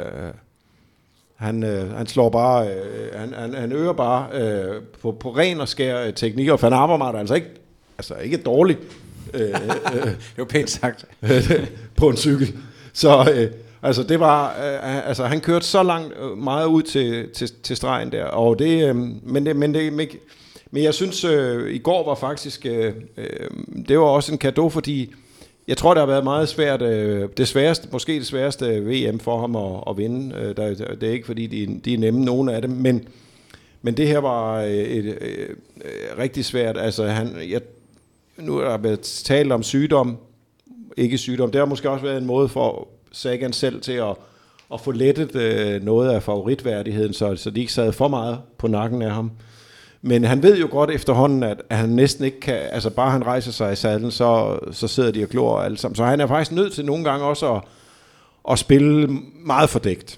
han, øh, han slår bare, øh, han, han, han øger bare øh, på, på ren og skær øh, teknik, og Van Avermaet er altså ikke, altså ikke dårlig. Øh, øh, det var pænt sagt. på en cykel. Så øh, altså det var, øh, altså han kørte så langt øh, meget ud til, til, til stregen der, og det, øh, men det, men det, men jeg synes øh, i går var faktisk, øh, øh, det var også en cadeau, fordi jeg tror, det har været meget svært, øh, det sværeste, måske det sværeste V M for ham at, at vinde. Øh, der, det er ikke fordi, de, de er nemme, nogle af dem, men, men det her var øh, et, øh, rigtig svært. Altså, han, jeg, nu er der været talt om sygdom, ikke sygdom. Det har måske også været en måde for Sagan selv til at, at få lettet øh, noget af favoritværdigheden, så, så de ikke sad for meget på nakken af ham. Men han ved jo godt efterhånden, at, at han næsten ikke kan, altså bare han rejser sig i sadlen, så, så sidder de og glor alle sammen. Så han er faktisk nødt til nogle gange også at, at spille meget fordækt.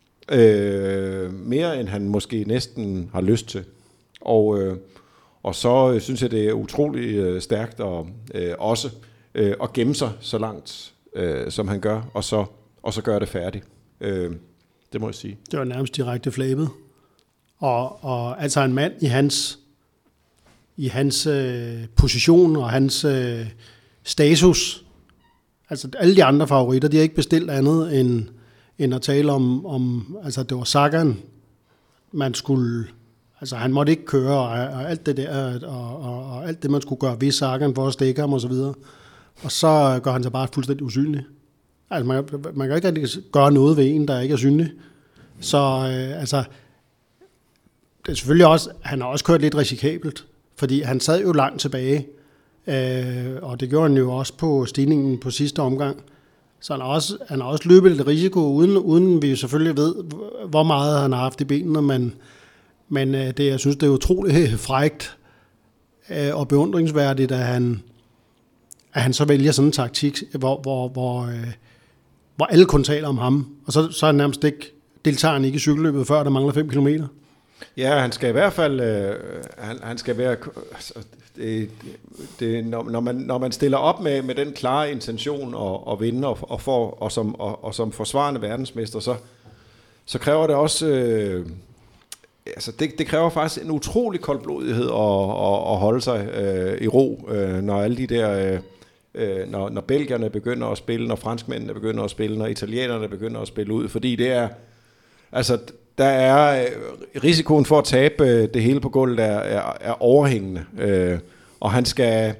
Øh, mere end han måske næsten har lyst til. Og, øh, og så øh, synes jeg, det er utrolig øh, stærkt og, øh, også øh, at gemme sig så langt, øh, som han gør, og så, og så gøre det færdigt. Øh, det må jeg sige. Det var nærmest direkte flabet. Og, og altså en mand i hans, i hans øh, position og hans øh, status, altså alle de andre favoritter, de har ikke bestilt andet end, end at tale om, om, altså det var Sagan, man skulle, altså han måtte ikke køre, og, og alt det der, og, og, og alt det, man skulle gøre ved Sagan for at stikke ham og så videre. Og så gør han sig bare fuldstændig usynlig. Altså man, man kan ikke rigtig gøre noget ved en, der ikke er synlig. Så øh, altså, det er selvfølgelig også, han har også kørt lidt risikabelt, fordi han sad jo langt tilbage, øh, og det gjorde han jo også på stigningen på sidste omgang. Så han har også, han har også løbet lidt risiko, uden, uden vi selvfølgelig ved, hvor meget han har haft i benene, men, men øh, det, jeg synes, det er utroligt frækt øh, og beundringsværdigt, at han, at han så vælger sådan en taktik, hvor, hvor, hvor, øh, hvor alle kun taler om ham, og så, så er han nærmest ikke, deltager han ikke i cykelløbet, før der mangler fem kilometer. Ja, han skal i hvert fald, øh, han, han skal være, altså, det, det, når, når, man, når man stiller op med, med den klare intention at, at vinde og, og, for, og, som, og, og som forsvarende verdensmester, så, så kræver det også, øh, altså det, det kræver faktisk en utrolig koldblodighed at, at, at holde sig øh, i ro, øh, når alle de der, øh, når, når belgierne begynder at spille, når franskmændene begynder at spille, når italienerne begynder at spille ud, fordi det er, altså der er risikoen for at tabe det hele på gulvet er, er, er overhængende, øh, og han skal,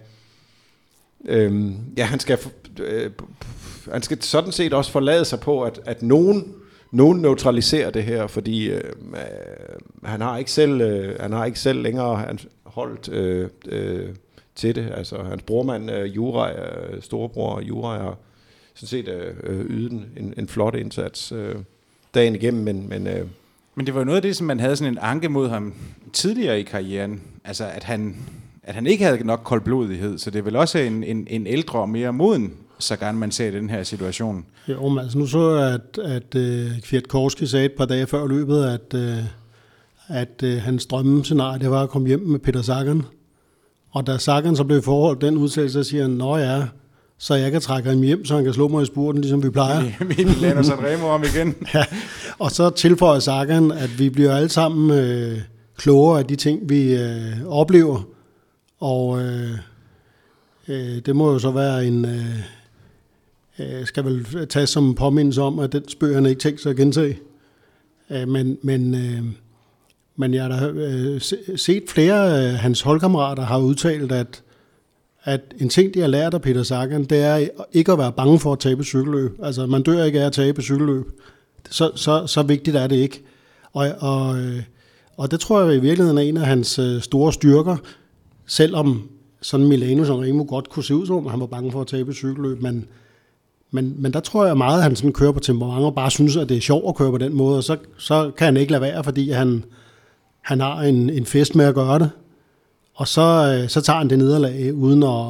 øh, ja, han skal, øh, han skal sådan set også forlade sig på, at, at nogen, nogen neutraliserer det her, fordi øh, han har ikke selv, øh, han har ikke selv længere han holdt øh, øh, til det. Altså hans brormand øh, Juraj, øh, storebror Juraj, har sådan set øh, ydet en, en flot indsats øh, dagen igennem, men men øh, Men det var jo noget af det, som man havde sådan en anke mod ham tidligere i karrieren. Altså, at han, at han ikke havde nok koldblodighed. Så det er vel også en, en, en ældre og mere moden Sagan, man ser i den her situation. Jo, men altså nu så jeg, at, at uh, Kwiatkowski sagde et par dage før løbet, at, uh, at uh, hans drømmescenarie, det var at komme hjem med Peter Sagan. Og da Sagan så blev forholdt den udtalelse, så siger han, nå ja, så jeg kan trække ham hjem, så han kan slå mig i spurten, ligesom vi plejer. Vi lander Sanremo om igen. Ja, og så tilføjer Sagan, at vi bliver alle sammen øh, klogere af de ting, vi øh, oplever. Og øh, øh, det må jo så være en, øh, øh, skal vel tages som en påmindelse om, at den spøg han ikke tænkt sig at gentage. Øh, men, men, øh, men jeg har øh, set flere af hans holdkammerater har udtalt, at at en ting, de har lært af Peter Sagan, det er ikke at være bange for at tabe cykelløb. Altså, man dør ikke af at tabe cykelløb. Så, så, så vigtigt er det ikke. Og, og, og det tror jeg i virkeligheden er en af hans store styrker, selvom sådan Milano Sanremo godt kunne se ud som, at han var bange for at tabe cykelløb. Men, men, men der tror jeg meget, at han sådan kører på temperament og bare synes, at det er sjovt at køre på den måde. Og så, så kan han ikke lade være, fordi han, han har en, en fest med at gøre det. Og så, så tager han det nederlag uden at,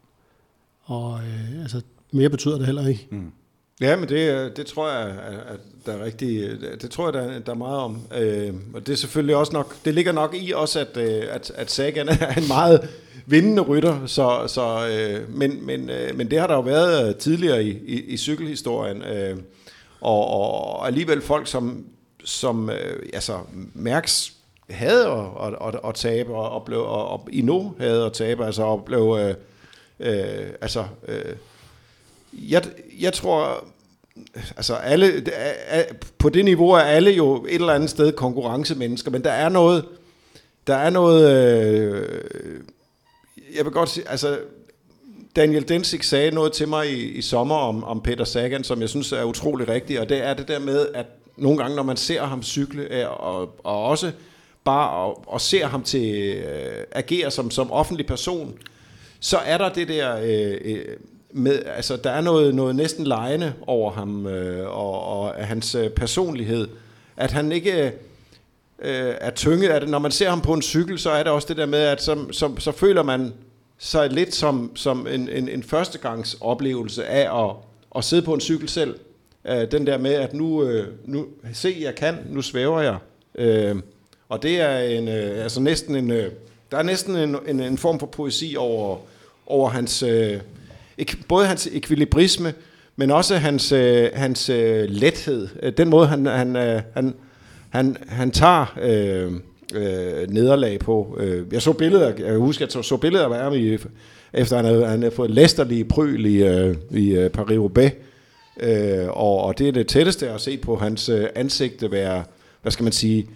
og øh, altså mere betyder det heller ikke. Mm. Ja, men det, det tror jeg, at der er rigtig, det tror jeg, der, der er meget om. Øh, og det er selvfølgelig også nok, det ligger nok i også, at, at, at Sagan er en meget vindende rytter, så, så, øh, men, men, øh, men det har der jo været tidligere i, i, i cykelhistorien, øh, og, og alligevel folk, som, som øh, altså Mærks havde at, at, at, at tabe, og, og, blev, og, og Hinault havde at tabe, altså og blev, øh, øh, altså, øh, jeg, jeg tror, altså alle, på det niveau er alle jo et eller andet sted konkurrencemennesker, men der er noget, der er noget, øh, jeg vil godt sige, altså, Daniel Densig sagde noget til mig i, i sommer om, om Peter Sagan, som jeg synes er utrolig rigtigt, og det er det der med, at nogle gange, når man ser ham cykle, og, og også bare og, og ser ham til øh, agere som, som offentlig person, så er der det der øh, med, altså der er noget, noget næsten legende over ham øh, og, og hans øh, personlighed, at han ikke øh, er tynget af det. Når man ser ham på en cykel, så er det også det der med, at så, så, så føler man sig lidt som, som en, en, en førstegangs oplevelse af at, at sidde på en cykel selv. Øh, den der med, at nu, øh, nu se, jeg kan, nu svæver jeg. Øh, Og det er en, øh, altså næsten en, øh, der er næsten en, en, en form for poesi over, over hans, øh, ek, både hans ekvilibrisme, men også hans, øh, hans øh, lethed. Den måde, han, han, øh, han, han, han tager øh, øh, nederlag på. Jeg så billeder, jeg husker, jeg så billeder af ham, i, efter han havde, han havde fået læsterlige pryl i, øh, i Paris-Roubaix. Øh, og, og det er det tætteste at se på hans øh, ansigt være, hvad skal man sige,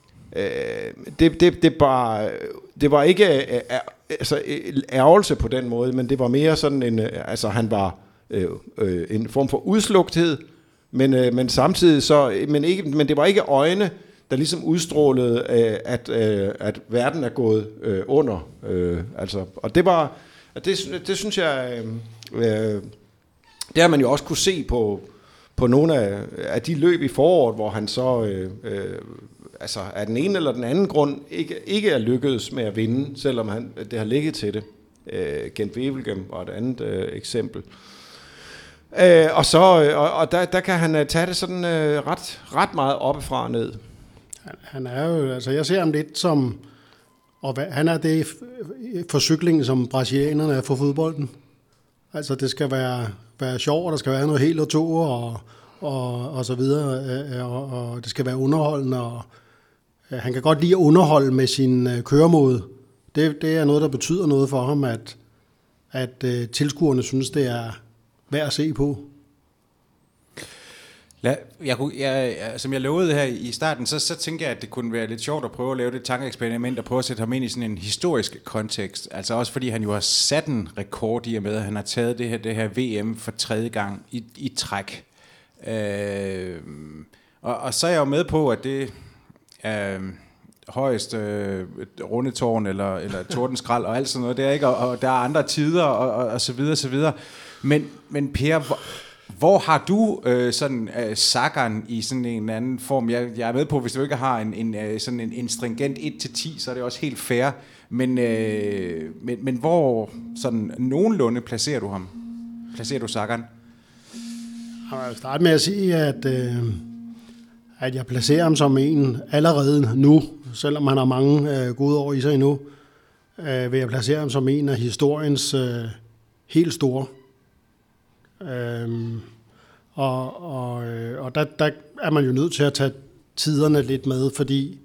Det, det, det, bare, det var ikke altså, ærgelse på den måde, men det var mere sådan en, altså han var øh, øh, en form for udslugthed, men, øh, men samtidig så, men, ikke, men det var ikke øjne, der ligesom udstrålede, øh, at, øh, at verden er gået øh, under. Øh, altså, og det var, det, det synes jeg, øh, det har man jo også kunne se på, på nogle af, af de løb i foråret, hvor han så øh, øh, altså af den ene eller den anden grund ikke, ikke er lykkedes med at vinde, selvom han, det har ligget til det. Øh, Gent Wevelgem var et andet øh, eksempel. Øh, og så, og, og der, der kan han uh, tage det sådan uh, ret, ret meget oppefra og ned. Han, han er jo, altså jeg ser ham lidt som, og hvad, han er det for cyklingen, som brasilianerne er for fodbolden. Altså det skal være, være sjovt, og der skal være noget helt og to, og, og, og så videre, og, og det skal være underholdende, og han kan godt lide at underholde med sin køremåde. Det, det er noget, der betyder noget for ham, at, at uh, tilskuerne synes, det er værd at se på. La, jeg, jeg, som jeg lovede her i starten, så, så tænker jeg, at det kunne være lidt sjovt at prøve at lave det tankeeksperiment og prøve at sætte ham ind i sådan en historisk kontekst. Altså også fordi han jo har sat en rekord i og med, at han har taget det her, det her V M for tredje gang i, i træk. Øh, og, og så er jeg jo med på, at det er højst øh, rundetårn eller, eller tordenskrald og alt sådan noget der, ikke? Og, og der er andre tider og, og, og så videre, så videre. Men, men Per, hvor, hvor har du øh, sådan øh, Sagan i sådan en anden form? Jeg, jeg er med på, hvis du ikke har en, en, øh, sådan en, en stringent et til ti, så er det også helt fair. Men, øh, men, men hvor sådan nogenlunde placerer du ham? Placerer du Sagan? Jeg vil starte med at sige, at, øh, at jeg placerer ham som en allerede nu, selvom han har mange øh, gode år i sig endnu, øh, vil jeg placere ham som en af historiens øh, helt store. Øhm, og og, øh, og der, der er man jo nødt til at tage tiderne lidt med, fordi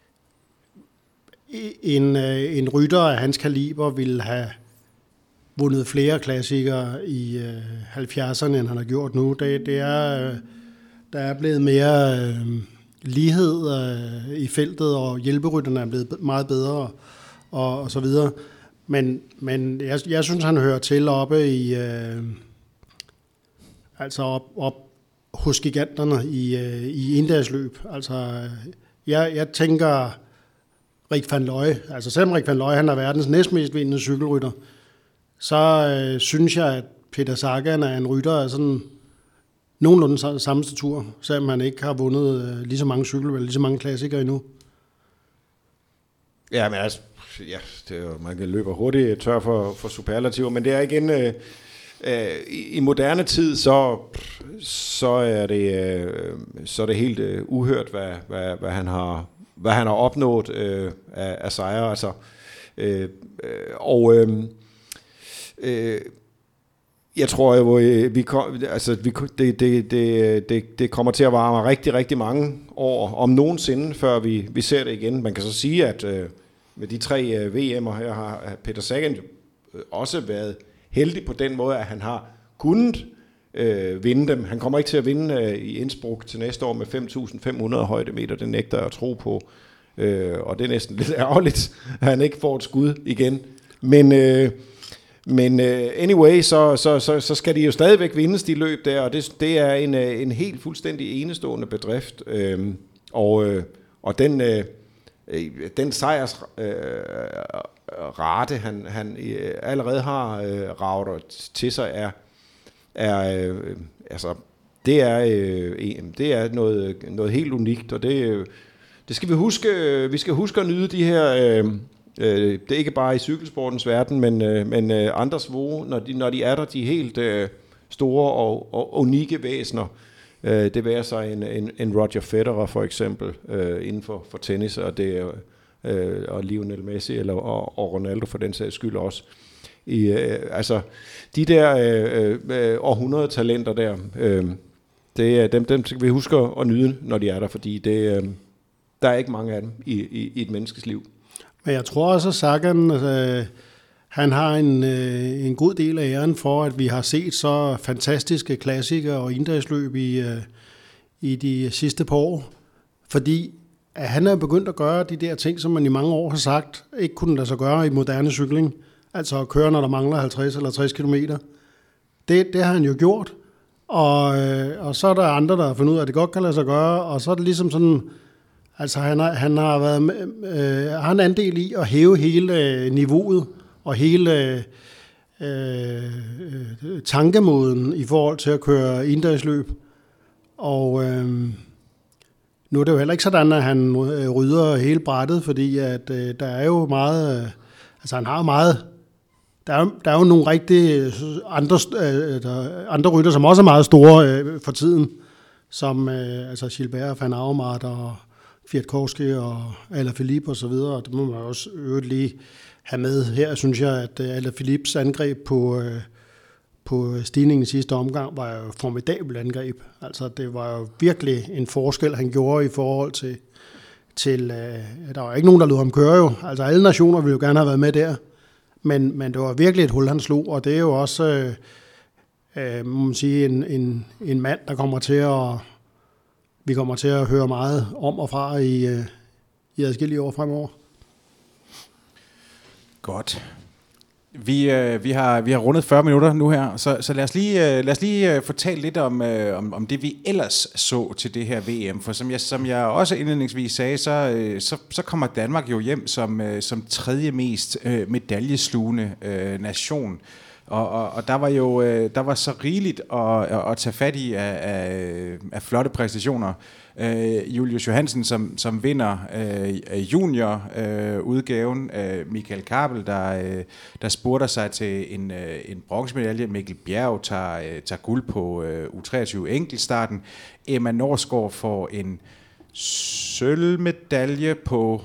en, øh, en rytter af hans kaliber ville have vundet flere klassikere i øh, halvfjerdserne, end han har gjort nu. Det, det er, øh, der er blevet mere øh, lighed øh, i feltet, og hjælperytterne er blevet meget bedre, og, og så videre. Men, men jeg, jeg synes, han hører til oppe i... Øh, altså op, op hos giganterne i, øh, i endagsløb. Altså, jeg, jeg tænker Rick van Looy, altså selvom Rick van Looy, han er verdens næstmest vindende cykelrytter, så øh, synes jeg, at Peter Sagan er en rytter af sådan nogenlunde samme statur, selvom han ikke har vundet øh, lige så mange cykel, eller lige så mange klassikere endnu. Ja, men altså, ja, det er jo, man kan løbe hurtigt tør for, for superlativer, men det er igen... Øh, I moderne tid, så, så, er, det, så er det helt uh, uhørt, hvad, hvad, hvad, han har, hvad han har opnået uh, af, af sejre. Altså, uh, og uh, uh, jeg tror, at vi, kom, altså, vi, det, det, det, det, det kommer til at vare rigtig, rigtig mange år, om nogensinde, før vi, vi ser det igen. Man kan så sige, at uh, med de tre uh, V M'er her har Peter Sagan også været heldig på den måde, at han har kunnet øh, vinde dem. Han kommer ikke til at vinde øh, i Innsbruck til næste år med fem tusind fem hundrede højdemeter. Det nægter jeg at tro på. Øh, og det er næsten lidt ærgerligt, at han ikke får et skud igen. Men, øh, men øh, anyway, så, så, så, så skal de jo stadigvæk vindes de løb der, og det, det er en, en helt fuldstændig enestående bedrift. Øh, og, øh, og den, øh, den sejrs... Øh, rate, han, han allerede har øh, raget til sig, er, er øh, altså, det er, øh, det er noget, noget helt unikt, og det, det skal vi huske, vi skal huske at nyde de her, øh, øh, det er ikke bare i cykelsportens verden, men, øh, men øh, andres våge, når de, når de er der, de helt øh, store og, og unikke væsener. Øh, det værer sig en, en, en Roger Federer for eksempel, øh, inden for, for tennis, og det er Øh, og Lionel Messi eller, og, og Ronaldo for den sags skyld også. I, øh, altså, de der øh, øh, århundredetalenter der, øh, det, dem, dem skal vi huske at nyde, når de er der, fordi det, øh, der er ikke mange af dem i, i, i et menneskes liv. Men jeg tror også, at Sagan, øh, han har en, øh, en god del af æren for, at vi har set så fantastiske klassikere og endagsløb i, øh, i de sidste par år, fordi at han er begyndt at gøre de der ting, som man i mange år har sagt, ikke kunne lade sig gøre i moderne cykling. Altså at køre, når der mangler halvtreds eller tres kilometer. Det, det har han jo gjort. Og, øh, og så er der andre, der har fundet ud af, at det godt kan lade sig gøre. Og så er det ligesom sådan, altså han har, han har været øh, har en andel i at hæve hele øh, niveauet og hele øh, øh, tankemåden i forhold til at køre endagsløb. Og... Øh, Nu er det jo heller ikke sådan, at han rydder hele brættet, fordi at, øh, der er jo meget, øh, altså han har meget, der er, der er jo nogle rigtig andre, øh, der, andre rytter, som også er meget store øh, for tiden, som øh, altså Gilbert, Van Avermaet og Kwiatkowski og Alaphilippe og så videre, og det må man også øvrigt lige have med. Her synes jeg, at Alaphilippes angreb på, øh, på stigningen i sidste omgang var jo et formidabelt angreb. Altså det var jo virkelig en forskel, han gjorde i forhold til, til øh, der var ikke nogen, der lod ham køre jo. Altså alle nationer ville jo gerne have været med der, men, men det var virkelig et hul, han slog, og det er jo også, øh, øh, må man sige, en, en, en mand, der kommer til at, vi kommer til at høre meget om og fra i, øh, i adskillige år fremover. Godt. Vi, øh, vi, har, vi har rundet fyrre minutter nu her, så, så lad os lige, øh, lad os lige øh, fortælle lidt om, øh, om, om det, vi ellers så til det her V M. For som jeg, som jeg også indledningsvis sagde, så, øh, så, så kommer Danmark jo hjem som, øh, som tredje mest øh, medaljeslugende øh, nation. Og, og, og der var jo øh, der var så rigeligt at, at, at tage fat i af, af, af flotte præstationer. Uh, Julius Johansen, som, som vinder uh, junior-udgaven. Uh, uh, Michael Kabel, der, uh, der spurter sig til en, uh, en bronzemedalje. Mikkel Bjerg tager, uh, tager guld på uh, U treogtyve enkeltstarten. Emma Norsgaard får en sølvmedalje på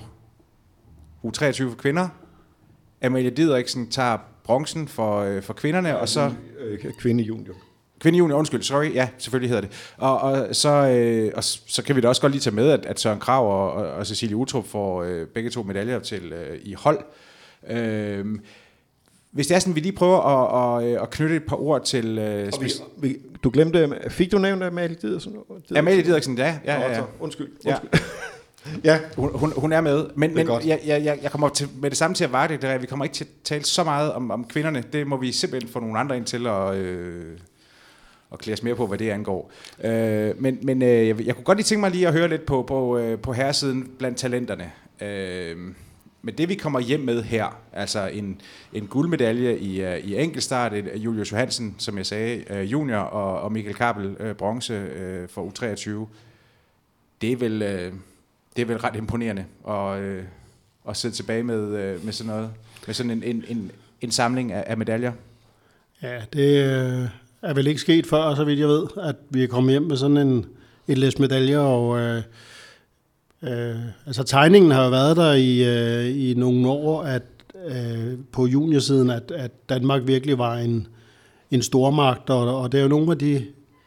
U treogtyve for kvinder. Amalie Didriksen tager bronzen for, uh, for kvinderne, og så... Kvinde junior. Kvindejunior, undskyld, sorry, ja, selvfølgelig hedder det. Og, og, så, øh, og så kan vi da også godt lige tage med, at, at Søren Krag og, og, og Cecilie Utrup får øh, begge to medaljer til øh, i hold. Øh, hvis det er sådan, vi lige prøver at, at, at knytte et par ord til... Øh, vi, vi, du glemte, fik du nævnt Amalie Didriksen? Amalie Didriksen, ja. ja, ja, ja. Undskyld, ja. undskyld. Ja, hun, hun, hun er med, men, men jeg, jeg, jeg kommer til, med det samme til at vare det, vi kommer ikke til at tale så meget om, om kvinderne. Det må vi simpelthen få nogle andre ind til at... Øh, og klæde os mere på, hvad det angår. Øh, men men øh, jeg, jeg kunne godt lige tænke mig lige at høre lidt på, på, øh, på herresiden blandt talenterne. Øh, men det vi kommer hjem med her, altså en, en guldmedalje i, uh, i enkeltstart, Julius Johansen, som jeg sagde, uh, junior, og, og Michael Kabel, uh, bronze uh, for U treogtyve, det er vel, uh, det er vel ret imponerende at, uh, at sidde tilbage med, uh, med sådan noget, med sådan en, en, en, en samling af, af medaljer. Ja, det øh er vel ikke sket før, så vidt jeg ved, at vi er kommet hjem med sådan en et læs medaljer, og øh, øh, altså tegningen har jo været der i, øh, i nogle år, at øh, på juniorsiden, at, at Danmark virkelig var en, en stormagt, og, og det er jo nogle af de,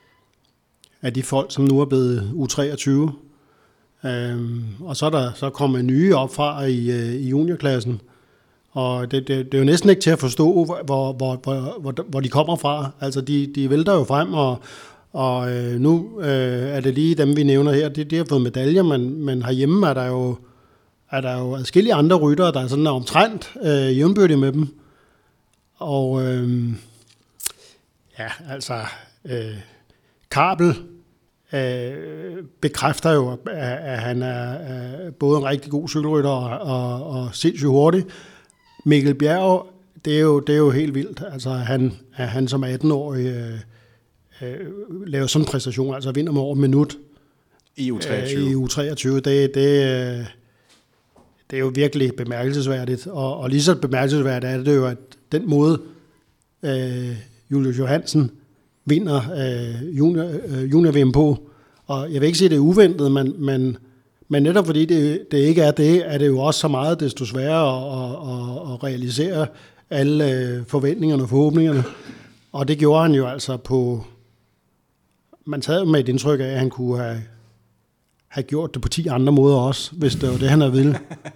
af de folk, som nu er blevet U treogtyve, øh, og så er der så kommet nye op fra i, øh, i juniorklassen. Og det, det, det er jo næsten ikke til at forstå, hvor, hvor, hvor, hvor, hvor de kommer fra. Altså, de, de vælter jo frem, og, og øh, nu øh, er det lige dem, vi nævner her. De, de har fået medaljer, men, men herhjemme er der jo, er der jo adskillige andre ryttere, der er sådan omtrent øh, jævnbyrdige med dem. Og øh, ja, altså, øh, Kabel øh, bekræfter jo, at, at han er, er både en rigtig god cykelrytter og, og, og sindssygt hurtig. Mikkel Bjerg, det er jo, det er jo helt vildt. Altså, han, han som atten-årig øh, øh, laver sådan en præstation, altså vinder med over et minut. I U treogtyve. Øh, I U treogtyve, det, det, det er jo virkelig bemærkelsesværdigt. Og, og lige så bemærkelsesværdigt er det jo, at den måde, øh, Julius Johansen vinder øh, junior, øh, junior-V M på, og jeg vil ikke sige, at det er uventet, men, men Men netop fordi det, det ikke er det, er det jo også så meget desto sværere at, at, at realisere alle forventningerne og forhåbningerne. Og det gjorde han jo altså på... Man tager med et indtryk af, at han kunne have, have gjort det på ti andre måder også, hvis det var det, han havde ville.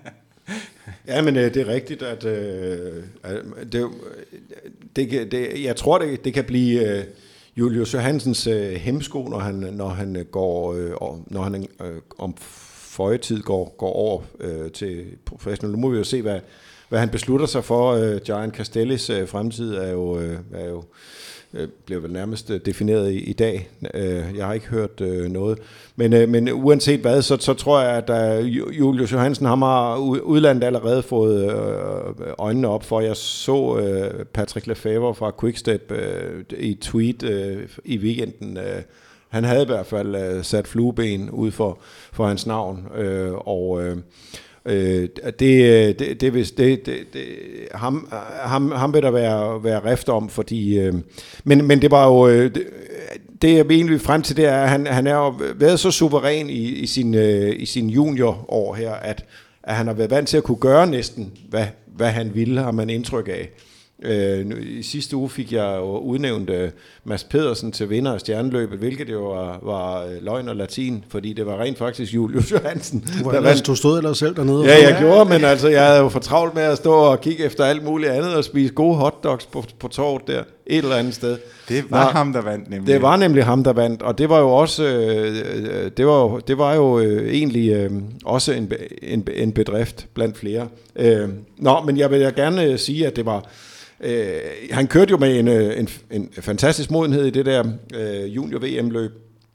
Ja, men det er rigtigt, at, at det, det, det, jeg tror, det, det kan blive... Julius Johansens øh, hemsko, når han når han går øh, når han øh, om føjetid går går over øh, til professionel. Nu må vi jo se, hvad hvad han beslutter sig for. Øh, Giant Castellis øh, fremtid er jo øh, er jo øh, bliver vel nærmest defineret i, i dag. Øh, jeg har ikke hørt øh, noget, men øh, men uanset hvad, så så tror jeg, at der, Julius Johansen har udlandet allerede fået øh, øjnene op for. Jeg så øh, Patrick Lefevre fra Quickstep øh, i et tweet øh, i weekenden. Øh, han havde i hvert fald øh, sat flueben ud for for hans navn, øh, og øh, Øh, det, det, det, det, det, det, ham, ham, ham vil der være, være rift om, fordi, øh, men, men det var jo, øh, det, det jeg egentlig frem til, det er, at han, han er jo været så suveræn i, i sin, øh, i sin juniorår her, at, at han har været vant til at kunne gøre næsten, hvad, hvad han ville, har man indtryk af. Øh, I sidste uge fik jeg jo udnævnt uh, Mads Pedersen til vinder af stjerneløbet, hvilket jo var, var løgn og latin, fordi det var rent faktisk Julius Johansen. Hvor du stod ellers selv dernede? Ja, jeg gjorde, men altså, jeg havde jo for travlt med at stå og kigge efter alt muligt andet og spise gode hotdogs på, på torvet der, et eller andet sted. Det var Nå, ham, der vandt nemlig. Det var nemlig ham, der vandt, og det var jo også, øh, det var, det var jo øh, egentlig øh, også en, en, en bedrift blandt flere. Øh, nå, men jeg vil jeg gerne sige, at det var Øh, han kørte jo med en, en, en fantastisk modenhed i det der øh, junior-V M-løb,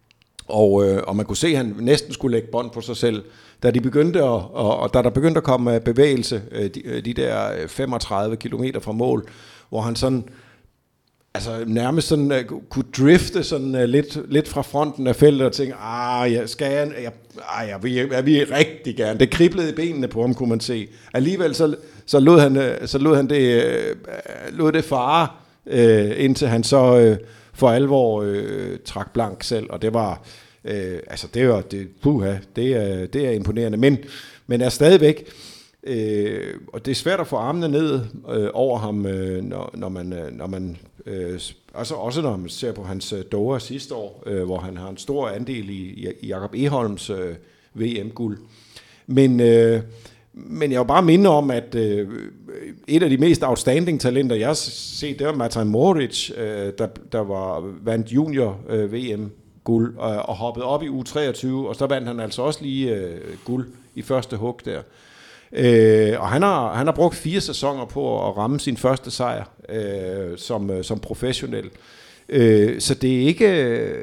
og, øh, og man kunne se, at han næsten skulle lægge bånd på sig selv, da de begyndte at, og, og da der begyndte at komme bevægelse, øh, de, de der femogtredive kilometer fra mål, hvor han sådan, altså nærmest sådan uh, kunne drifte sådan uh, lidt, lidt fra fronten af feltet og tænke, ah, jeg skal jeg, jeg, ah, jeg, vil, jeg vil rigtig gerne. Det kriblede i benene på ham, kunne man se. Alligevel så, så lod han, så lod han det, uh, lod det fare, uh, indtil han så uh, for alvor uh, trak blank selv, og det var, uh, altså det var, det, puha, det er, det er imponerende, men, men er stadigvæk, Øh, og det er svært at få armene ned øh, over ham, øh, når, når man, øh, når man øh, altså også når man ser på hans øh, Doha sidste år, øh, hvor han har en stor andel i, i Jakob Egholms øh, V M-guld. Men, øh, men jeg vil bare minde om, at øh, et af de mest outstanding talenter, jeg har set, det var Martin Moritz, øh, der, der var vandt junior øh, V M-guld og, og hoppede op i U treogtyve, og så vandt han altså også lige øh, guld i første hug der. Øh, og han har, han har brugt fire sæsoner på at ramme sin første sejr øh, som, øh, som professionel. Øh, så det er ikke øh,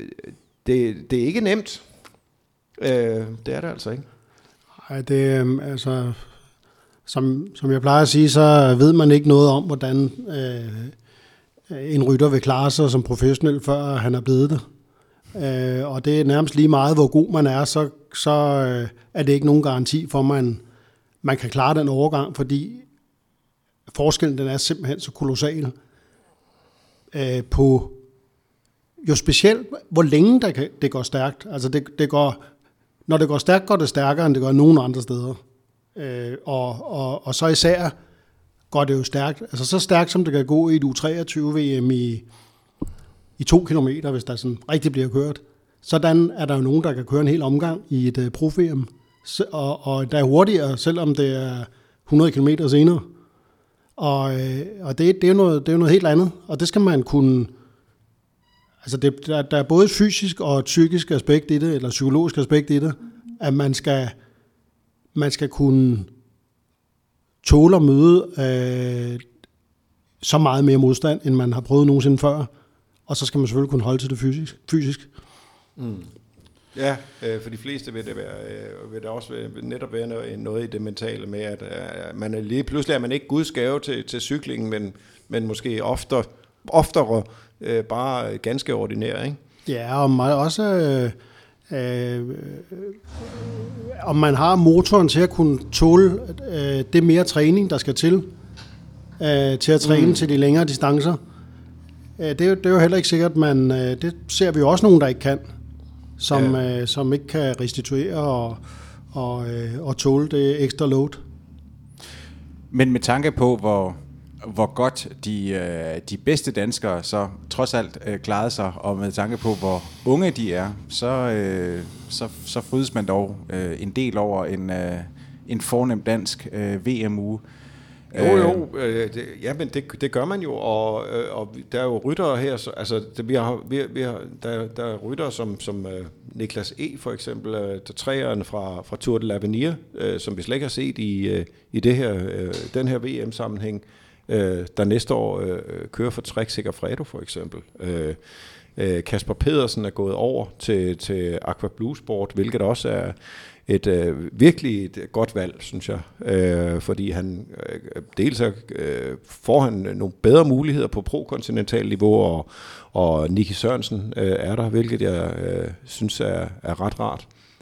det, det er ikke nemt. Øh, det er det altså ikke. Nej, det øh, altså som, som jeg plejer at sige, så ved man ikke noget om, hvordan øh, en rytter vil klare sig som professionel, før han er blevet det. Øh, og det er nærmest lige meget, hvor god man er, så, så øh, er det ikke nogen garanti for, at man man kan klare den overgang, fordi forskellen den er simpelthen så kolossal øh, på jo specielt, hvor længe der kan, det går stærkt. Altså det, det går, når det går stærkt, går det stærkere, end det gør nogen andre steder. Øh, og, og, og så især går det jo stærkt, altså så stærkt, som det kan gå i et U treogtyve V M i, i to kilometer, hvis der sådan rigtig bliver kørt. Sådan er der jo nogen, der kan køre en hel omgang i et uh, Pro-V M. Og, og der er hurtigere, selvom det er hundrede kilometer senere. Og, og det, det, er noget, det er jo noget helt andet, og det skal man kunne. Altså det, der, der er både et fysisk og et psykisk aspekt i det, eller psykologisk aspekt i det, at man skal, man skal kunne tåle at møde øh, så meget mere modstand, end man har prøvet nogensinde før. Og så skal man selvfølgelig kunne holde til det fysisk. fysisk. Mm. Ja, øh, for de fleste vil det, være, øh, vil det også være, netop være noget, noget i det mentale med, at øh, man er lige pludselig er man ikke Guds gave til, til cyklingen, men, men måske oftere, oftere øh, bare ganske ordinær, ikke? Ja, og man også, øh, øh, om man har motoren til at kunne tåle øh, det mere træning, der skal til, øh, til at træne mm. til de længere distancer. Øh, det, er, det er jo heller ikke sikkert, man, øh, det ser vi jo også nogen, der ikke kan. Som, ja. øh, som ikke kan restituere og, og, øh, og tåle det ekstra load. Men med tanke på, hvor, hvor godt de, øh, de bedste danskere så trods alt øh, klarede sig, og med tanke på, hvor unge de er, så, øh, så, så frydes man dog øh, en del over en, øh, en fornem dansk øh, V M-uge. Jo, jo, øh, det, ja, men det, det gør man jo, og, øh, og der er jo ryttere her, så, altså det, vi har, vi, vi har, der, der er ryttere som, som øh, Niklas E. for eksempel, øh, der træeren fra, fra Tour de l'Avenir, øh, som vi slet ikke har set i, øh, i det her, øh, den her V M-sammenhæng, øh, der næste år øh, kører for Trek Segafredo for eksempel. Øh, øh, Kasper Pedersen er gået over til, til Aqua Blue Sport, hvilket også er et øh, virkelig et godt valg, synes jeg, øh, fordi han øh, dels er, øh, får han nogle bedre muligheder på pro-kontinental niveau, og, og Nicky Sørensen øh, er der, hvilket jeg øh, synes er, er ret rart.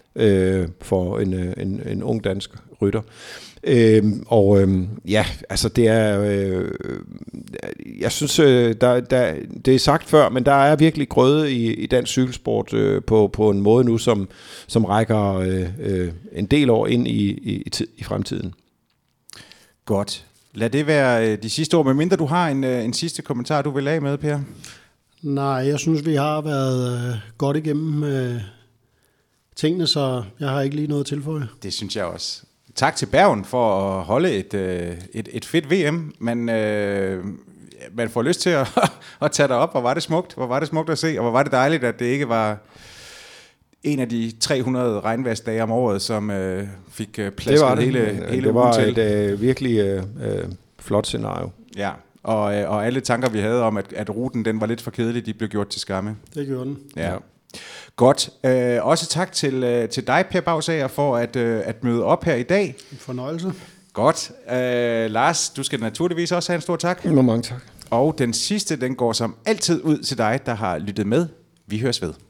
øh, for en, en, en ung dansk rytter. Øh, og øh, ja, altså det er, øh, jeg synes, øh, der, der, det er sagt før, men der er virkelig grøde i, i dansk cykelsport øh, på, på en måde nu, som, som rækker øh, øh, en del år ind i, i, i fremtiden. Godt. Lad det være de sidste ord, medmindre du har en, en sidste kommentar, du vil af med, Per. Nej, jeg synes, vi har været øh, godt igennem øh, tingene, så jeg har ikke lige noget at tilføje. Det synes jeg også. Tak til Bergen for at holde et, et, et fedt V M. Man, øh, man får lyst til at, at tage dig op. Hvor var det smukt. Hvor var det smukt at se, og hvor var det dejligt, at det ikke var en af de tre hundrede regnværsdage om året, som øh, fik øh, plasket hele, hele det var ugen til. et øh, virkelig øh, flot scenario. Ja, og, øh, og alle tanker, vi havde om, at, at ruten den var lidt for kedelig, de blev gjort til skamme. Det gjorde den. Ja. Godt. Øh, også tak til, øh, til dig, Per Baugsager, for at, øh, at møde op her i dag. En fornøjelse. Godt. Øh, Lars, du skal naturligvis også have en stor tak. Mange tak. Og den sidste, den går som altid ud til dig, der har lyttet med. Vi høres ved.